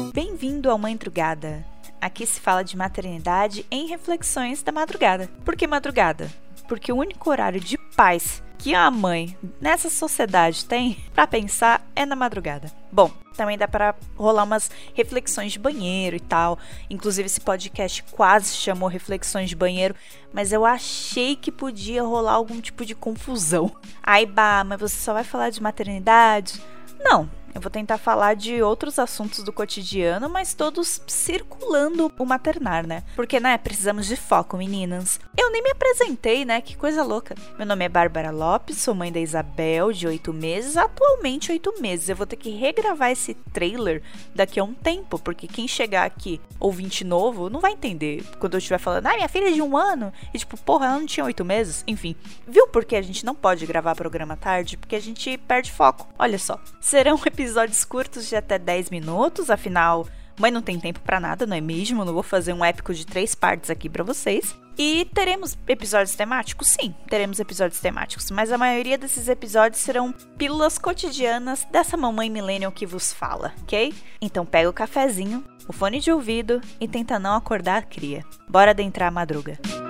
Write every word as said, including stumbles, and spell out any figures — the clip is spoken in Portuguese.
Bem-vindo ao Mãe Drugada. Aqui se fala de maternidade em reflexões da madrugada. Por que madrugada? Porque o único horário de paz que a mãe nessa sociedade tem pra pensar é na madrugada. Bom, também dá pra rolar umas reflexões de banheiro e tal. Inclusive esse podcast quase chamou reflexões de banheiro, mas eu achei que podia rolar algum tipo de confusão. Ai, bah, mas você só vai falar de maternidade? Não. Eu vou tentar falar de outros assuntos do cotidiano, mas todos circulando o maternar, né? Porque, né, precisamos de foco, meninas. Eu nem me apresentei, né? Que coisa louca. Meu nome é Bárbara Lopes, sou mãe da Isabel, de oito meses, atualmente oito meses. Eu vou ter que regravar esse trailer daqui a um tempo, porque quem chegar aqui, ouvinte novo, não vai entender quando eu estiver falando, ah, minha filha é de um ano, e tipo, porra, ela não tinha oito meses? Enfim, viu por que a gente não pode gravar programa tarde? Porque a gente perde foco. Olha só, serão episódios curtos de até dez minutos, afinal, mãe não tem tempo pra nada, não é mesmo? Não vou fazer um épico de três partes aqui pra vocês. E teremos episódios temáticos? Sim, teremos episódios temáticos, mas a maioria desses episódios serão pílulas cotidianas dessa mamãe millennial que vos fala, ok? Então pega o cafezinho, o fone de ouvido e tenta não acordar a cria. Bora adentrar a madruga.